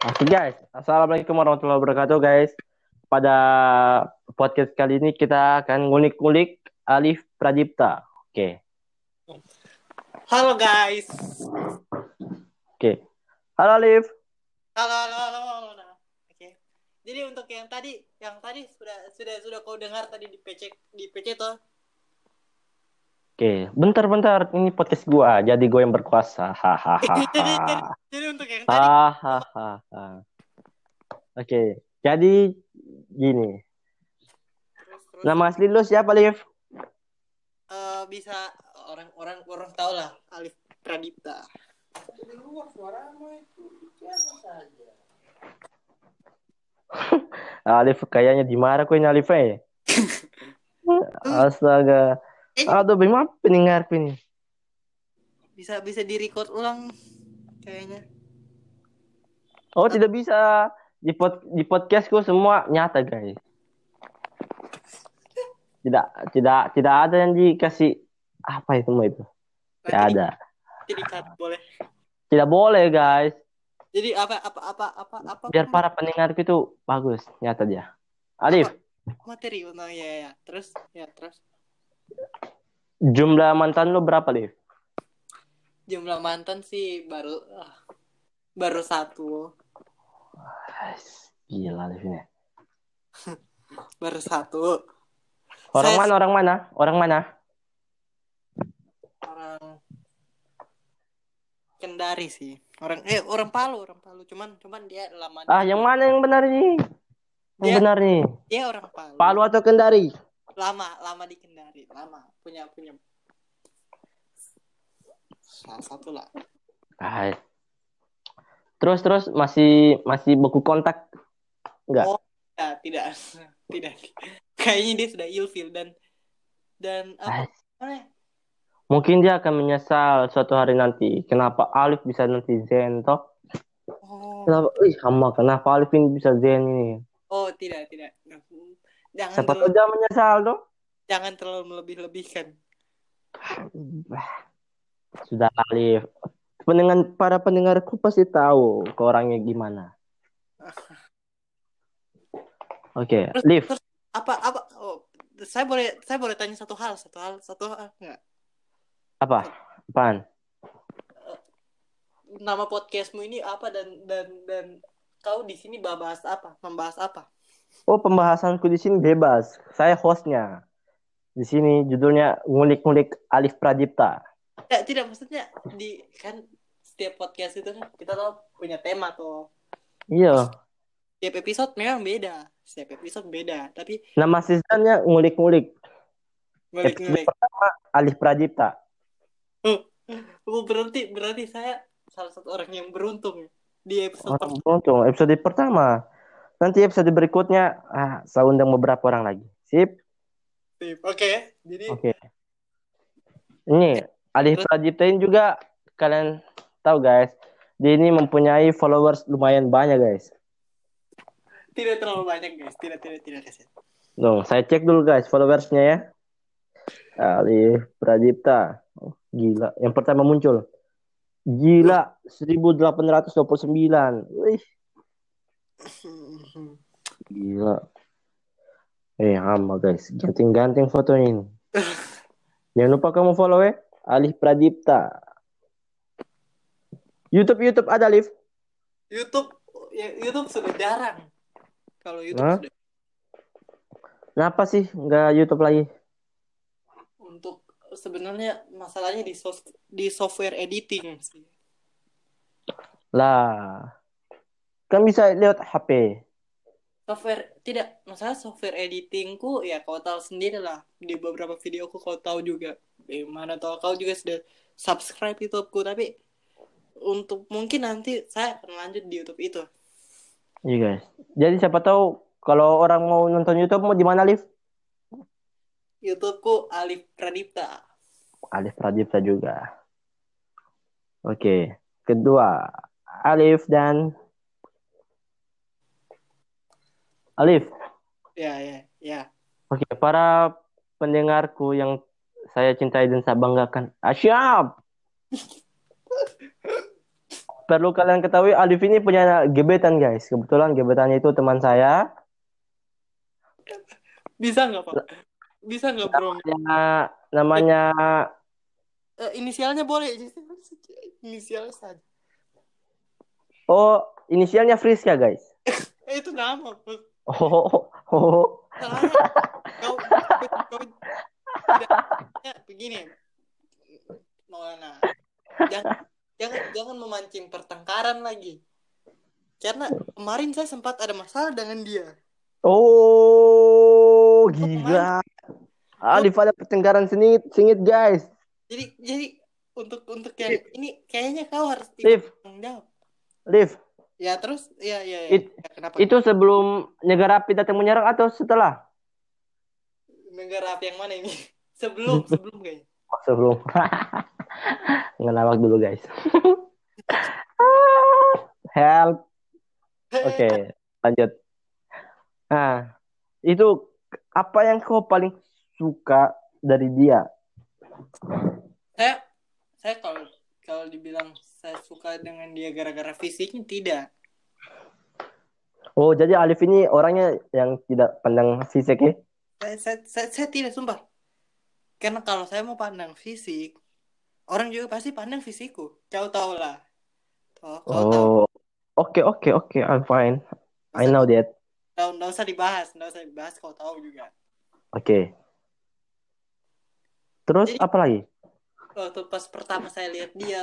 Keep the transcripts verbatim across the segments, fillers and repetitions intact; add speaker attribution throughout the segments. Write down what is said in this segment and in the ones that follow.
Speaker 1: Oke guys, Assalamualaikum warahmatullahi wabarakatuh guys. Pada podcast kali ini kita akan ngulik-ngulik Alif Pradipta. Oke,
Speaker 2: Halo guys.
Speaker 1: oke. Halo Alif.
Speaker 2: Halo, halo, halo, halo. Nah, oke. Jadi untuk yang tadi, yang tadi sudah sudah sudah kau dengar tadi di P C di P C toh.
Speaker 1: Oke, bentar-bentar. Ini podcast gua, jadi gue yang berkuasa.
Speaker 2: jadi, jadi,
Speaker 1: Hahaha.
Speaker 2: jadi untuk yang tadi
Speaker 1: Hahaha. Oke, jadi gini.
Speaker 2: terus terus
Speaker 1: Nama asli lu siapa, Alif?
Speaker 2: eh, bisa orang-orang orang tahu lah Alif Pradipta. Di luar suaramu itu biasa saja.
Speaker 1: Alif kayaknya dimarah kok ini Alif eh. Astaga.
Speaker 2: Eh,
Speaker 1: Aduh, bagaimana pendengar ini?
Speaker 2: bisa bisa di record ulang kayaknya.
Speaker 1: Oh, tidak bisa. Di pod di podcastku semua nyata, guys. Tidak tidak tidak ada yang dikasih apa itu semua itu. Tidak
Speaker 2: Nanti
Speaker 1: ada.
Speaker 2: di, di cut boleh.
Speaker 1: Tidak boleh, guys.
Speaker 2: Jadi apa apa apa apa apa
Speaker 1: Biar para pendengarku itu bagus, nyata dia. Alif,
Speaker 2: apa materi oh ya ya. Terus ya terus
Speaker 1: jumlah mantan lu berapa, Alif?
Speaker 2: jumlah mantan sih baru ah, baru satu
Speaker 1: Gila, Alif ini.
Speaker 2: baru satu
Speaker 1: Orang
Speaker 2: saya
Speaker 1: mana? Orang mana? Orang mana?
Speaker 2: orang Kendari sih orang eh orang Palu orang Palu cuman cuman dia lama
Speaker 1: Ah,
Speaker 2: di
Speaker 1: yang mana yang benar nih? Yang
Speaker 2: dia
Speaker 1: benar nih.
Speaker 2: dia orang Palu
Speaker 1: Palu atau Kendari?
Speaker 2: lama lama di Kendari lama punya punya salah satu lah.
Speaker 1: Ah, terus terus masih masih beku kontak enggak?
Speaker 2: Oh ya, tidak tidak kayaknya dia sudah ilfil dan dan apa
Speaker 1: Ah,
Speaker 2: namanya?
Speaker 1: mungkin dia akan menyesal suatu hari nanti. Kenapa Alif bisa nanti zen toh?
Speaker 2: Oh
Speaker 1: Kenapa? Ih, sama kenapa Alif ini bisa zen ini?
Speaker 2: oh tidak tidak jangan
Speaker 1: Siapa tahu
Speaker 2: terlalu
Speaker 1: dia menyesal toh?
Speaker 2: jangan terlalu melebih-lebihkan.
Speaker 1: Sudah Alif. Pendengar para pendengarku pasti tahu ke orangnya gimana. Oke,
Speaker 2: Terus,
Speaker 1: Liv.
Speaker 2: terus apa apa oh, saya boleh saya boleh tanya satu hal satu hal satu hal enggak
Speaker 1: Apa? Apaan?
Speaker 2: nama podcastmu ini apa dan dan dan kau di sini bahas apa membahas apa.
Speaker 1: Oh, pembahasanku di sini bebas. Saya hostnya. Di sini judulnya ngulik-ngulik Alif Pradipta.
Speaker 2: Ya, tidak maksudnya di kan setiap podcast itu kan kita tahu punya tema tuh
Speaker 1: Iya.
Speaker 2: setiap episode memang beda setiap episode beda tapi
Speaker 1: Nama seasonnya ngulik-ngulik. Episode
Speaker 2: ngulik-ngulik
Speaker 1: pertama Alif Pradipta.
Speaker 2: oh, oh, berarti berarti saya salah satu orang yang beruntung di episode
Speaker 1: Oh,
Speaker 2: pertama.
Speaker 1: beruntung. Episode pertama. Nanti episode berikutnya, ah, saya undang beberapa orang lagi. Sip?
Speaker 2: Oke okay. Jadi
Speaker 1: Oke. Ini,
Speaker 2: eh,
Speaker 1: Alif
Speaker 2: terus
Speaker 1: Pradipta ini juga, kalian tahu guys, dia ini mempunyai followers lumayan banyak guys.
Speaker 2: tidak terlalu banyak guys tidak tidak tidak kasih.
Speaker 1: Dong, saya cek dulu guys followersnya ya. Alif Pradipta. Oh, gila. Yang pertama muncul. Gila. seribu delapan ratus dua puluh sembilan. Wih. Gila. Eh, ama guys. Ganting-ganting fotonya ini. Jangan lupa kamu follow ya. Alif Pradipta. YouTube, YouTube ada Alif.
Speaker 2: YouTube ya, YouTube sudah jarang. Kalau YouTube
Speaker 1: Hah?
Speaker 2: sudah.
Speaker 1: Kenapa sih nggak YouTube lagi?
Speaker 2: Untuk sebenarnya masalahnya di soft, di software editing sih.
Speaker 1: Lah, kan bisa lewat H P.
Speaker 2: Software tidak masalah software editingku ya kau tahu sendiri lah di beberapa videoku kau tahu juga. Eh, mana tahu kau juga sudah subscribe YouTubeku tapi untuk mungkin nanti saya akan lanjut di YouTube itu.
Speaker 1: Iya guys. Jadi siapa tahu kalau orang mau nonton YouTube mau di mana Alif?
Speaker 2: YouTubeku Alif Pradipta.
Speaker 1: Alif Pradipta juga. Oke. Kedua, Alif dan Alif.
Speaker 2: Ya ya ya.
Speaker 1: Oke, para pendengarku yang saya cintai dan saya banggakan. Asyap. perlu kalian ketahui Alif ini punya gebetan guys. Kebetulan gebetannya itu teman saya.
Speaker 2: Bisa nggak Pak? Bisa nggak bro?
Speaker 1: Namanya, namanya
Speaker 2: Eh, inisialnya boleh. Inisialnya saja.
Speaker 1: oh inisialnya Friska guys.
Speaker 2: Eh, itu nama. Bos.
Speaker 1: Oh, oh,
Speaker 2: Salahnya kau, kau, kau tidak ya, begini. Nona. Jangan, jangan, jangan memancing pertengkaran lagi. Karena kemarin saya sempat ada masalah dengan dia.
Speaker 1: oh,
Speaker 2: Oh, kemarin,
Speaker 1: gila.
Speaker 2: oh,
Speaker 1: Alif ada pertengkaran sengit, sengit guys.
Speaker 2: jadi, jadi untuk untuk yang ini kayaknya kau harus ikut
Speaker 1: Liv,
Speaker 2: tanggung jawab.
Speaker 1: Liv,
Speaker 2: Ya terus, ya, ya, ya.
Speaker 1: it,
Speaker 2: Ya, kenapa?
Speaker 1: itu sebelum negara api datang menyerang atau setelah?
Speaker 2: Negara api yang mana ini? Sebelum, sebelum kayaknya.
Speaker 1: Oh, sebelum. Ngelawak dulu guys. Help. Oke, lanjut. Nah, itu apa yang kau paling suka dari dia?
Speaker 2: Saya, saya kalau kalau dibilang saya suka dengan dia gara-gara fisiknya tidak.
Speaker 1: Oh, jadi Alif ini orangnya yang tidak pandang fisik ya?
Speaker 2: Saya, saya, saya, saya tidak sumpah. Karena kalau saya mau pandang fisik, orang juga pasti pandang fisikku. Kau tahu lah. Oh, kau tahu.
Speaker 1: Oh, oke oke oke, I'm fine.
Speaker 2: Nggak
Speaker 1: I
Speaker 2: usah,
Speaker 1: know that.
Speaker 2: nggak nggak usah dibahas, nggak usah dibahas. Kau tahu juga.
Speaker 1: Oke. Terus
Speaker 2: Jadi
Speaker 1: apa lagi?
Speaker 2: waktu pas pertama saya lihat dia,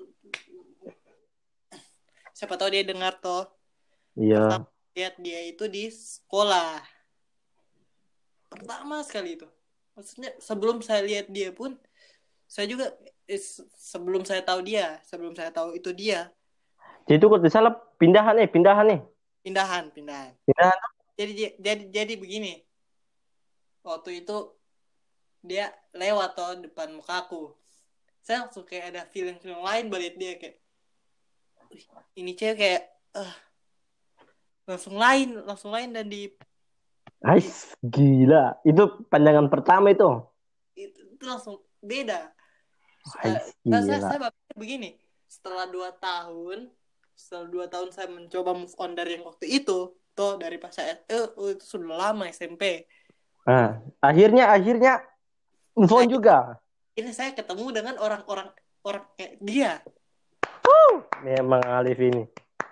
Speaker 2: siapa tahu dia dengar toh. Pertama
Speaker 1: Iya.
Speaker 2: lihat dia itu di sekolah. Pertama sekali itu. Maksudnya sebelum saya lihat dia pun, saya juga eh, sebelum saya tahu dia, sebelum saya tahu itu dia,
Speaker 1: Jadi itu kalau tidak salah pindahan nih, pindahan nih.
Speaker 2: pindahan, pindahan.
Speaker 1: Pindahan.
Speaker 2: Jadi jadi jadi begini. Waktu itu dia lewat toh depan mukaku. Saya langsung kayak ada feeling-feeling lain balik dia kayak, "Wih, ini cewek kayak uh, langsung lain, langsung lain dan di, di
Speaker 1: Ais, gila. Itu pandangan pertama itu.
Speaker 2: itu, itu langsung beda. Uh,
Speaker 1: Ais,
Speaker 2: saya, saya,
Speaker 1: gila.
Speaker 2: saya bakal begini, setelah dua tahun, setelah dua tahun saya mencoba move on dari yang waktu itu, toh dari pas saya eh, oh, itu sudah lama S M P.
Speaker 1: Nah, akhirnya akhirnya move
Speaker 2: Nah,
Speaker 1: on juga.
Speaker 2: ini saya ketemu dengan orang-orang orang kayak dia.
Speaker 1: Memang Alif ini.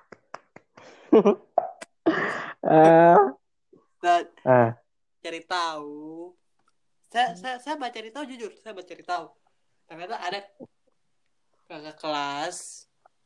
Speaker 2: Terus
Speaker 1: Ah,
Speaker 2: saya
Speaker 1: ah.
Speaker 2: cari tahu. Saya saya saya baca cari tahu jujur, saya baca cari tahu. Ternyata ada kakak kelas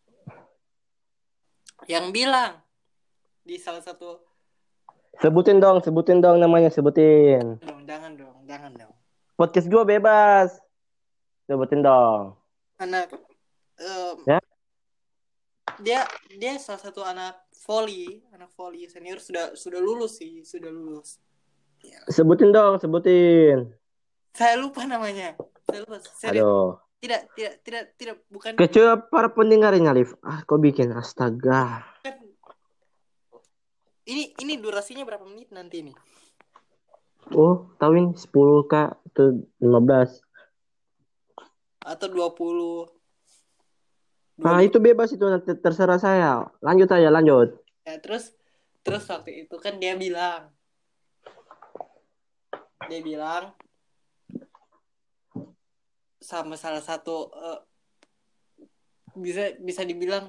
Speaker 2: yang bilang di salah satu
Speaker 1: Sebutin dong, sebutin dong namanya, sebutin.
Speaker 2: dong, jangan dong, jangan dong.
Speaker 1: Podcast gua bebas. Sebutin dong.
Speaker 2: Anak um,
Speaker 1: Ya.
Speaker 2: dia dia salah satu anak volley, anak volley senior sudah sudah lulus sih, sudah lulus. Ya.
Speaker 1: Sebutin dong, sebutin.
Speaker 2: Saya lupa namanya. Saya lupa. Serius.
Speaker 1: Aduh.
Speaker 2: Tidak, tidak, tidak, tidak, bukan.
Speaker 1: Kecil para pendengarnya, Alif. Ah, kau bikin astaga.
Speaker 2: Bukan. Ini ini durasinya berapa menit nanti nih?
Speaker 1: Oh, tahu ini sepuluh kah atau lima belas.
Speaker 2: Atau dua puluh.
Speaker 1: Nah, itu bebas itu nanti terserah saya. Lanjut aja, lanjut.
Speaker 2: Ya, terus terus waktu itu kan dia bilang dia bilang sama salah satu uh, bisa bisa dibilang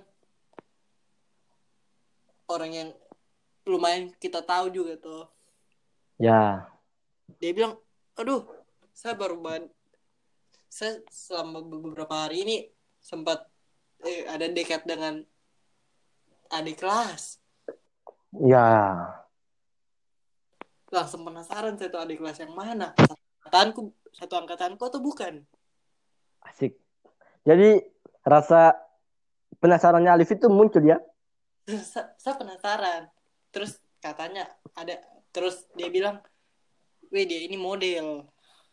Speaker 2: orang yang lumayan kita tahu juga tuh.
Speaker 1: Ya.
Speaker 2: Dia bilang, aduh, saya baru ban saya selama beberapa hari ini sempat eh, ada dekat dengan adik kelas.
Speaker 1: Ya.
Speaker 2: Langsung penasaran saya tuh adik kelas yang mana, satu angkatanku satu angkatanku atau bukan.
Speaker 1: Asik. Jadi rasa penasarannya Alif itu muncul ya?
Speaker 2: Saya, saya penasaran. Terus katanya ada, terus dia bilang, weh dia ini model.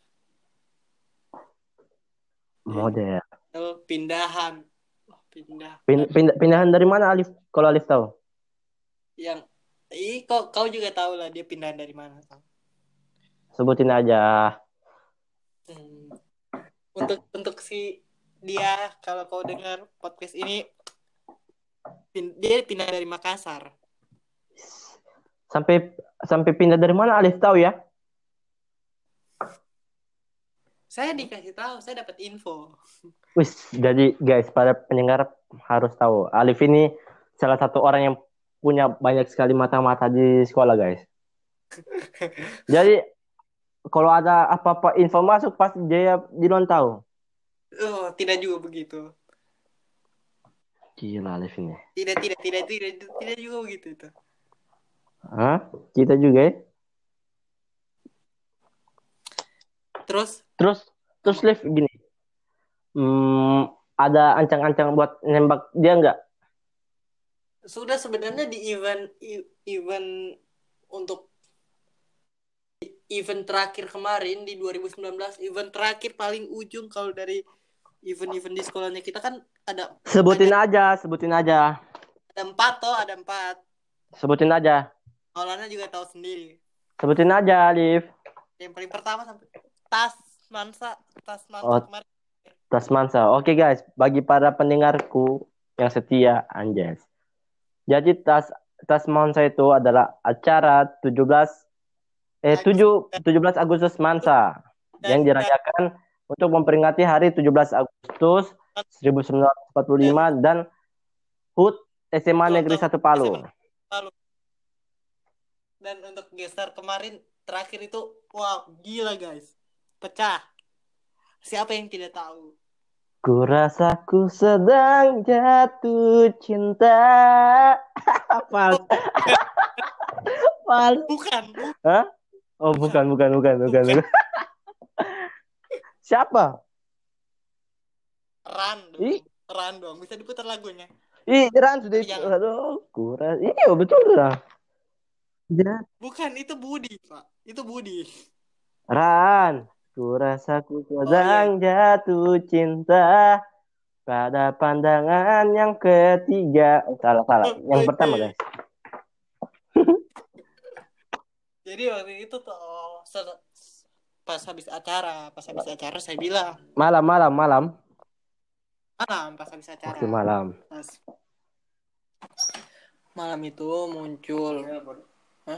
Speaker 1: Model.
Speaker 2: Oh, pindahan. Oh, pindah.
Speaker 1: Pin, pindah, pindahan dari mana Alif? Kalau Alif tahu?
Speaker 2: Yang, ih, kau, kau juga tahu lah dia pindahan dari mana.
Speaker 1: Sebutin aja.
Speaker 2: Hmm. Untuk untuk si dia, kalau kau dengar podcast ini, Pin- dia pindah dari Makassar.
Speaker 1: Sampai sampai pindah dari mana Alif tahu ya?
Speaker 2: Saya dikasih tahu, saya dapat info.
Speaker 1: Wis, jadi guys, para pendengar harus tahu, Alif ini salah satu orang yang punya banyak sekali mata-mata di sekolah, guys. Jadi kalau ada apa-apa info masuk pasti dia duluan tahu.
Speaker 2: Oh, tidak juga begitu.
Speaker 1: Gila Alif ini.
Speaker 2: Tidak, tidak, tidak, tidak, tidak juga begitu itu.
Speaker 1: Hah? Kita juga ya?
Speaker 2: Terus
Speaker 1: Terus terus Liv gini. Hmm, ada ancang-ancang buat nembak dia nggak?
Speaker 2: sudah sebenarnya di event e- event untuk event terakhir kemarin di dua ribu sembilan belas, event terakhir paling ujung kalau dari event-event di sekolahnya kita kan ada
Speaker 1: Sebutin
Speaker 2: banyak,
Speaker 1: aja, sebutin aja.
Speaker 2: ada empat toh, ada empat.
Speaker 1: Sebutin aja.
Speaker 2: Maulana juga tahu sendiri.
Speaker 1: Sebutin aja, Liv.
Speaker 2: Yang paling pertama sampai tas Mansa, tas Mansa
Speaker 1: Oh,
Speaker 2: kemarin.
Speaker 1: Tasmansa. Oke guys, bagi para pendengarku yang setia, anjas. Jadi tas Tasmansa itu adalah acara tujuh belas eh tujuh tujuh belas Agustus Mansa yang
Speaker 2: dan dan,
Speaker 1: dirayakan untuk memperingati hari tujuh belas Agustus seribu sembilan ratus empat puluh lima dan H U T S M A
Speaker 2: ulang
Speaker 1: Negeri
Speaker 2: tahun
Speaker 1: satu Palu.
Speaker 2: S M A Palu. Dan untuk gestar kemarin terakhir itu wow, gila guys. Pecah. Siapa yang tidak tahu?
Speaker 1: Ku rasa ku sedang jatuh cinta. Pas,
Speaker 2: Oh,
Speaker 1: pas.
Speaker 2: bukan, bukan,
Speaker 1: Hah? Oh, bukan, bukan, bukan, bukan.
Speaker 2: bukan.
Speaker 1: Siapa?
Speaker 2: Ran
Speaker 1: Ih,
Speaker 2: dong. Ran dong. Bisa diputar lagunya.
Speaker 1: ih, Ran sudah
Speaker 2: Tapi
Speaker 1: itu.
Speaker 2: jangan.
Speaker 1: Aduh, kurang. Iya, betul lah. Ya.
Speaker 2: Bukan, itu Budi, Pak. Itu Budi.
Speaker 1: Ran, ku rasa ku
Speaker 2: Oh
Speaker 1: sedang
Speaker 2: iya.
Speaker 1: jatuh cinta pada pandangan yang ketiga. Oh, salah, salah. Yang pertama,
Speaker 2: Oke.
Speaker 1: guys.
Speaker 2: Jadi waktu itu tuh oh, se- pas habis acara, pas habis acara saya bilang,
Speaker 1: Malam, malam, malam.
Speaker 2: malam pas habis
Speaker 1: Oke,
Speaker 2: acara.
Speaker 1: malam.
Speaker 2: Pas malam itu muncul. Hah?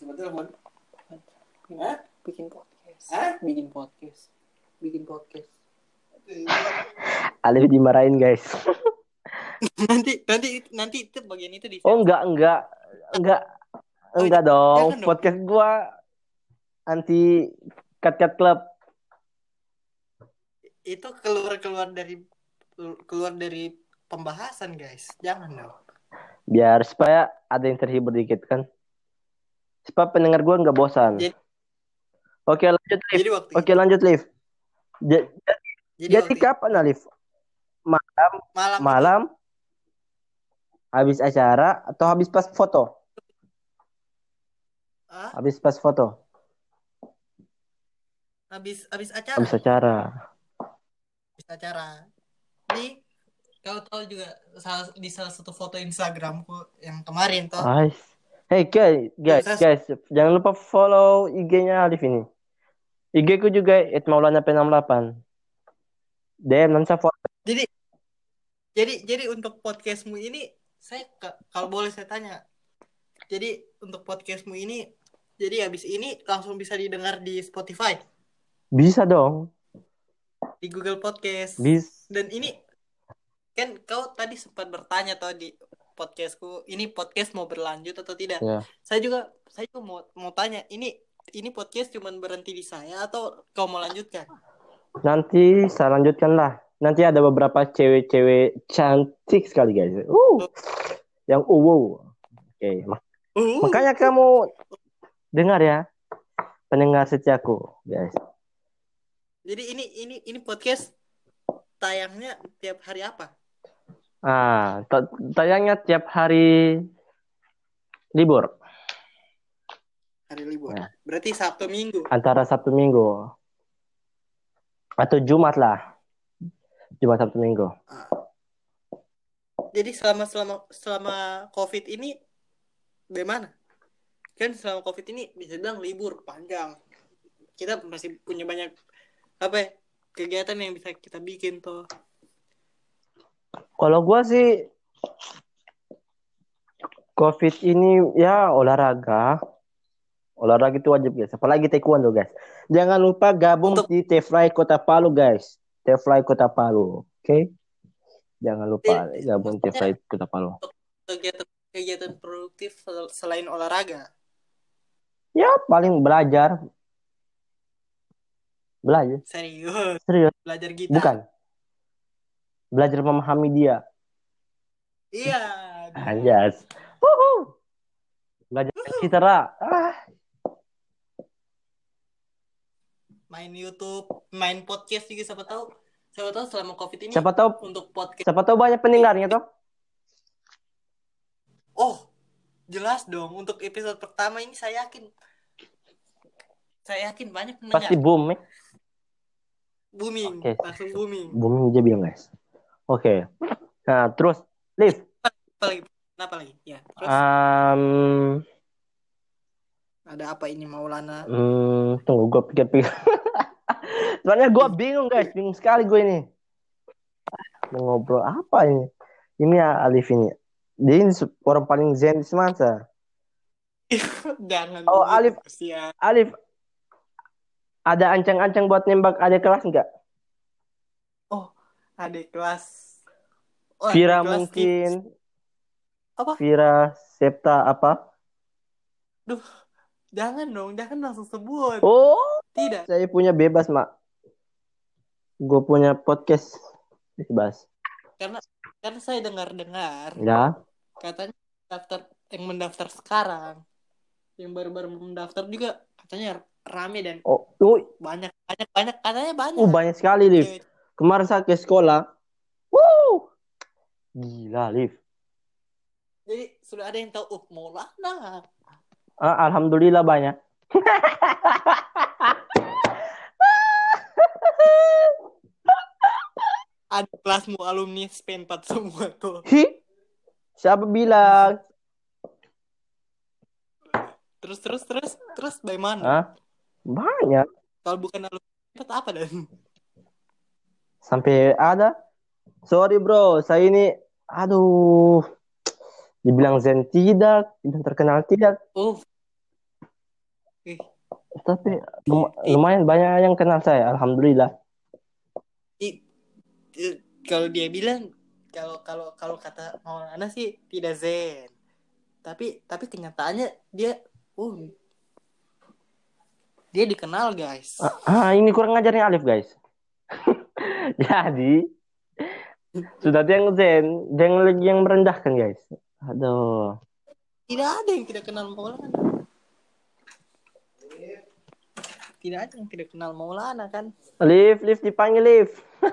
Speaker 2: Hah? Bikin podcast. Hah? Bikin podcast. Bikin podcast.
Speaker 1: Alif dimarahin, guys.
Speaker 2: nanti nanti nanti itu bagian itu di
Speaker 1: Oh, enggak, enggak. Enggak.
Speaker 2: Oh,
Speaker 1: Enggak dong.
Speaker 2: jangan dong.
Speaker 1: Podcast gua anti cut-cut club.
Speaker 2: Itu keluar keluar dari keluar dari pembahasan guys, jangan dong.
Speaker 1: Biar supaya ada yang terhibur dikit kan. Supaya pendengar gua nggak bosan.
Speaker 2: Jadi,
Speaker 1: Oke, lanjut Liv.
Speaker 2: jadi waktu
Speaker 1: Oke,
Speaker 2: itu,
Speaker 1: lanjut Liv. J-
Speaker 2: jadi,
Speaker 1: Jadi
Speaker 2: waktu
Speaker 1: kapan
Speaker 2: itu,
Speaker 1: Alif? Malam,
Speaker 2: malam itu
Speaker 1: malam habis acara atau habis pas foto?
Speaker 2: ah,
Speaker 1: Habis pas foto.
Speaker 2: habis habis acara
Speaker 1: Habis acara.
Speaker 2: habis acara nih, kau tahu juga salah, di salah satu foto Instagramku yang kemarin toh.
Speaker 1: Ais. Hey guys, guys,
Speaker 2: Saya-
Speaker 1: guys, jangan lupa follow I G-nya Alif ini. I G ku juga et maulana p enam puluh delapan. D M nanti saya follow.
Speaker 2: jadi jadi jadi untuk podcastmu ini saya ke- kalau boleh saya tanya, jadi untuk podcastmu ini, jadi habis ini langsung bisa didengar di Spotify,
Speaker 1: Bisa dong.
Speaker 2: di Google Podcast.
Speaker 1: Bis.
Speaker 2: Dan ini kan kau tadi sempat bertanya toh di podcastku, ini podcast mau berlanjut atau tidak?
Speaker 1: Ya.
Speaker 2: Saya juga saya juga mau mau tanya, ini ini podcast cuman berhenti di saya atau kau mau lanjutkan?
Speaker 1: Nanti saya lanjutkan lah. Nanti ada beberapa cewek-cewek cantik sekali guys. Uh, yang uh, wow. Oke, mak-
Speaker 2: Uh,
Speaker 1: makanya kamu dengar ya, pendengar setiaku, guys.
Speaker 2: jadi ini ini ini podcast tayangnya tiap hari apa?
Speaker 1: Ah, ta- tayangnya tiap hari libur.
Speaker 2: Hari libur.
Speaker 1: Ya.
Speaker 2: Berarti Sabtu Minggu.
Speaker 1: Antara Sabtu Minggu atau Jumat lah. Jumat Sabtu Minggu.
Speaker 2: Jadi selama selama selama COVID ini bagaimana? Kan selama COVID ini bisa bilang libur panjang. Kita masih punya banyak apa ya, kegiatan yang bisa kita bikin tuh.
Speaker 1: Kalau gua sih COVID ini ya olahraga. Olahraga itu wajib guys. Apalagi taekwondo guys. Jangan lupa gabung
Speaker 2: Untuk
Speaker 1: di T-Fly Kota Palu guys. T-Fly Kota Palu. Oke. Okay? Jangan lupa
Speaker 2: eh,
Speaker 1: gabung
Speaker 2: maksudnya
Speaker 1: T-Fly Kota Palu.
Speaker 2: untuk kegiatan kegiatan produktif sel- selain olahraga.
Speaker 1: Ya paling belajar. Belajar.
Speaker 2: Serius,
Speaker 1: Serius.
Speaker 2: belajar gitar.
Speaker 1: Bukan. Belajar memahami dia.
Speaker 2: Iya, dia.
Speaker 1: Anjas. Wuhu. Belajar gitar. Ah.
Speaker 2: Main YouTube, main podcast juga siapa tahu. Siapa tahu selama Covid ini
Speaker 1: Siapa tahu
Speaker 2: untuk podcast.
Speaker 1: siapa tahu banyak pendengarnya toh.
Speaker 2: Oh, jelas dong. Untuk episode pertama ini saya yakin. Saya yakin banyak
Speaker 1: Pasti
Speaker 2: pendengar.
Speaker 1: boom ya.
Speaker 2: Booming,
Speaker 1: Oke.
Speaker 2: langsung booming.
Speaker 1: Booming aja bilang guys. Oke. Nah, terus Liv.
Speaker 2: Apa lagi? Kenapa lagi? Ya, terus
Speaker 1: Um,
Speaker 2: ada apa ini Maulana?
Speaker 1: hmm, tunggu gue pikir-pikir. Soalnya gue bingung guys, bingung sekali gue ini. Mau ngobrol apa ini? Ini ya Alif ini. Dia ini orang paling zen di semasa.
Speaker 2: Jangan
Speaker 1: Oh
Speaker 2: begitu,
Speaker 1: Alif,
Speaker 2: siap.
Speaker 1: Alif, ada ancang-ancang buat nembak adik kelas nggak?
Speaker 2: Oh, adik kelas. Oh,
Speaker 1: Vira
Speaker 2: adik kelas
Speaker 1: mungkin.
Speaker 2: tips. Apa?
Speaker 1: Vira, Septa apa?
Speaker 2: Duh, jangan dong, jangan langsung sebut.
Speaker 1: Oh,
Speaker 2: Tidak.
Speaker 1: saya punya bebas mak. Gue punya podcast bebas.
Speaker 2: Karena karena saya dengar-dengar
Speaker 1: Ya.
Speaker 2: katanya daftar yang mendaftar sekarang, yang baru-baru mendaftar juga katanya rame dan
Speaker 1: Oh, uh,
Speaker 2: banyak banyak banyak katanya banyak.
Speaker 1: uh banyak sekali Liv.
Speaker 2: Cewek.
Speaker 1: Kemarin saya ke sekolah. Wuh. Gila Liv.
Speaker 2: Jadi sudah ada yang tahu, oh Maulana.
Speaker 1: Ah, alhamdulillah banyak.
Speaker 2: Ada kelasmu alumni S P empat semua tuh.
Speaker 1: Hi? Siapa bilang?
Speaker 2: Terus terus terus terus bagaimana?
Speaker 1: Hah? Banyak.
Speaker 2: Kalau bukan alumni S P empat apa dan?
Speaker 1: Sampai ada. Sorry bro, saya ini aduh. Dibilang zen tidak, dibilang terkenal tidak.
Speaker 2: Oh. Eh,
Speaker 1: Tapi lum- lumayan banyak yang kenal saya, alhamdulillah.
Speaker 2: i- i- kalau dia bilang kalau kalau kalau kata Maulana sih tidak zen. Tapi tapi kenyataannya dia uh dia dikenal guys.
Speaker 1: Ah, ah, ini kurang ngajarnya Alif guys. Jadi sudah ada yang zen, jangan lagi yang merendahkan guys. Aduh.
Speaker 2: Tidak ada yang tidak kenal Maulana. Tidak ada yang tidak kenal Maulana kan.
Speaker 1: Liv, Liv dipanggil Liv.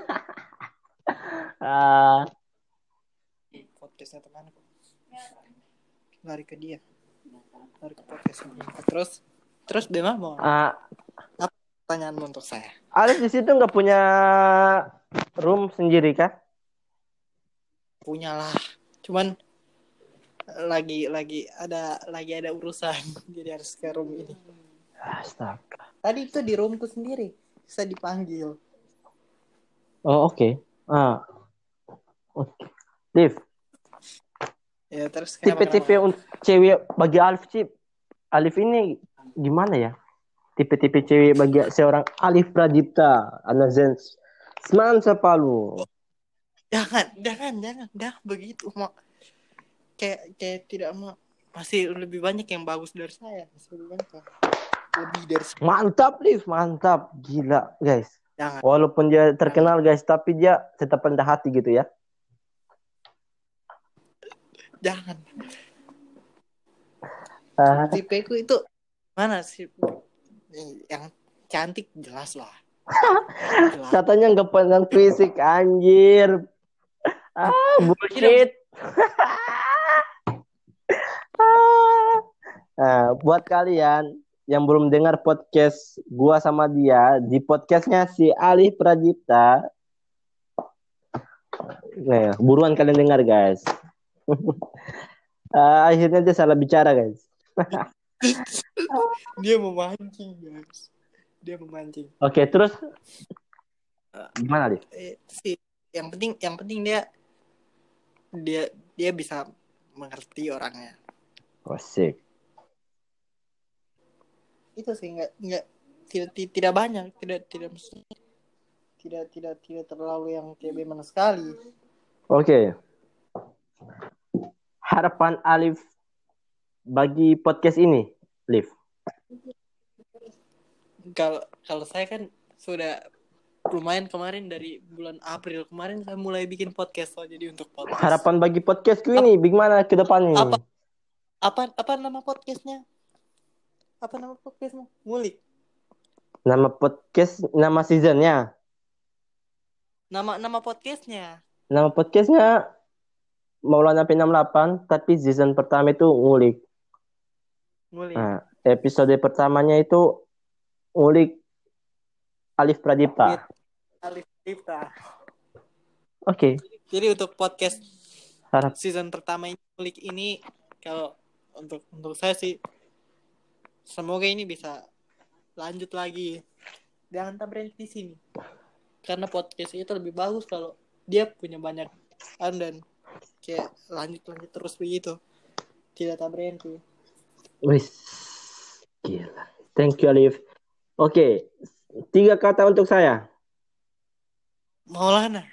Speaker 1: Ah,
Speaker 2: Podcastnya temanku. Lari ke dia. Lari ke podcastnya. Terus terus bagaimana mau?
Speaker 1: ah,
Speaker 2: Apa pertanyaanmu untuk saya?
Speaker 1: Alif di situ nggak punya room sendiri kah?
Speaker 2: Punya lah. Cuman lagi lagi ada lagi ada urusan jadi harus ke room ini.
Speaker 1: Astaga.
Speaker 2: Tadi itu di roomku sendiri saya dipanggil.
Speaker 1: Oh oke. Okay. Ah, oke. Okay. Liv,
Speaker 2: Ya terus kenapa,
Speaker 1: tipe-tipe
Speaker 2: kenapa?
Speaker 1: untuk cewek bagi Alif sih. Alif ini gimana ya? Tipe-tipe cewek bagi seorang Alif Pradipta, anak zen Semansa Palu.
Speaker 2: Jangan, jangan, jangan, jangan begitu, mak. Kayak kayak tidak mau. Masih lebih banyak yang bagus dari saya. Masih lebih banyak. Lebih dari saya.
Speaker 1: Mantap, Liv, mantap. Gila, guys.
Speaker 2: Jangan.
Speaker 1: Walaupun dia terkenal, guys, tapi dia tetap rendah hati gitu ya.
Speaker 2: Jangan.
Speaker 1: Uh,
Speaker 2: Tipeku itu mana sih? Yang cantik jelas lah. Jelas.
Speaker 1: Katanya nggak pandang fisik, anjir. Ah, bullshit. Nah, buat kalian yang belum dengar podcast gua sama dia, di podcastnya si Ali Pradipta, nah, buruan kalian dengar guys. uh, akhirnya dia salah bicara guys.
Speaker 2: Dia memancing guys. Dia memancing.
Speaker 1: Oke, okay, terus gimana Ali?
Speaker 2: Eh, sih, yang penting yang penting dia dia dia bisa mengerti orangnya.
Speaker 1: Asik.
Speaker 2: Itu sih nggak nggak tidak tidak banyak, tidak tidak tidak tidak tidak terlalu yang kayak bagaimana sekali.
Speaker 1: Oke. Harapan Alif bagi podcast ini, Liv.
Speaker 2: Kalau kalau saya kan sudah lumayan kemarin dari bulan April kemarin saya mulai bikin podcast loh, jadi untuk podcast.
Speaker 1: Harapan bagi podcastku ini, bagaimana ke depannya?
Speaker 2: Apa apa apa nama podcastnya? Apa nama podcastnya? Ngulik.
Speaker 1: Nama podcast, nama seasonnya.
Speaker 2: Nama nama podcastnya.
Speaker 1: Nama podcastnya Maulana P enam puluh delapan, tapi season pertama itu ngulik.
Speaker 2: Ngulik.
Speaker 1: Nah, episode pertamanya itu ngulik Alif Pradipta.
Speaker 2: Alif Pradipta.
Speaker 1: Oke. Okay.
Speaker 2: Jadi untuk podcast
Speaker 1: Harap.
Speaker 2: season pertama ini ngulik ini, kalau untuk untuk saya sih semoga ini bisa lanjut lagi. Jangan tak berhenti di sini. Karena podcast itu lebih bagus kalau dia punya banyak dan kayak lanjut-lanjut terus begitu. Tidak tak berhenti.
Speaker 1: Wis. Gila. Thank you, Alif. Oke. Okay. Tiga kata untuk saya.
Speaker 2: Maulana.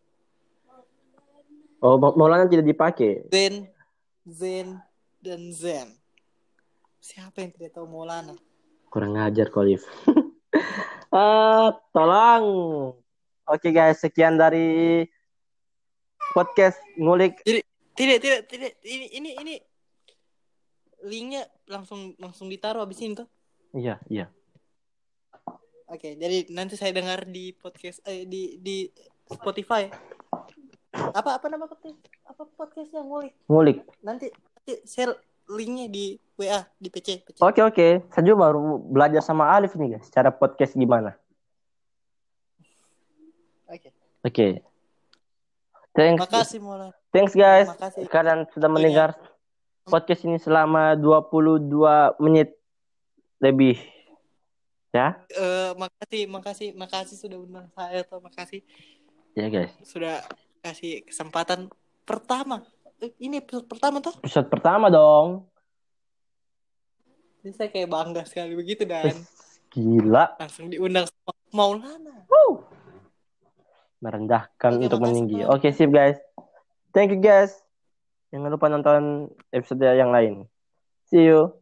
Speaker 1: Oh, Maulana tidak dipakai.
Speaker 2: Zen, Zen, dan Zen. Siapa yang tidak tahu Maulana?
Speaker 1: Kurang ngajar, Alif. Ah, tolong. Oke okay, guys, sekian dari podcast ngulik.
Speaker 2: Jadi tidak tidak tidak ini ini ini linknya langsung langsung ditaruh abis ini tuh.
Speaker 1: Iya iya.
Speaker 2: Oke, okay, jadi nanti saya dengar di podcast eh, di di Spotify. Apa apa nama podcast? Apa podcastnya ngulik?
Speaker 1: Ngulik.
Speaker 2: Nanti nanti share linknya di W A di P C. P C.
Speaker 1: Oke oke, saya juga baru belajar sama Alif nih guys, cara podcast gimana.
Speaker 2: Oke. Okay.
Speaker 1: Oke. Okay. Thanks.
Speaker 2: Makasih Mola.
Speaker 1: Thanks guys.
Speaker 2: Makasih.
Speaker 1: Kalian sudah mendengar podcast ini selama dua puluh dua menit lebih. Ya.
Speaker 2: Uh, makasih, makasih, makasih sudah undang saya tuh, makasih.
Speaker 1: Ya guys.
Speaker 2: Sudah kasih kesempatan pertama. Ini episode pertama tuh.
Speaker 1: Episode pertama dong.
Speaker 2: Jadi saya kayak bangga sekali begitu dan.
Speaker 1: Gila.
Speaker 2: Langsung diundang sama Maulana.
Speaker 1: Woo. Merendahkan
Speaker 2: Oke,
Speaker 1: untuk
Speaker 2: makasih,
Speaker 1: meninggi.
Speaker 2: Maulana.
Speaker 1: Oke, sip guys. Thank you guys. Jangan lupa nonton episode yang lain. See you.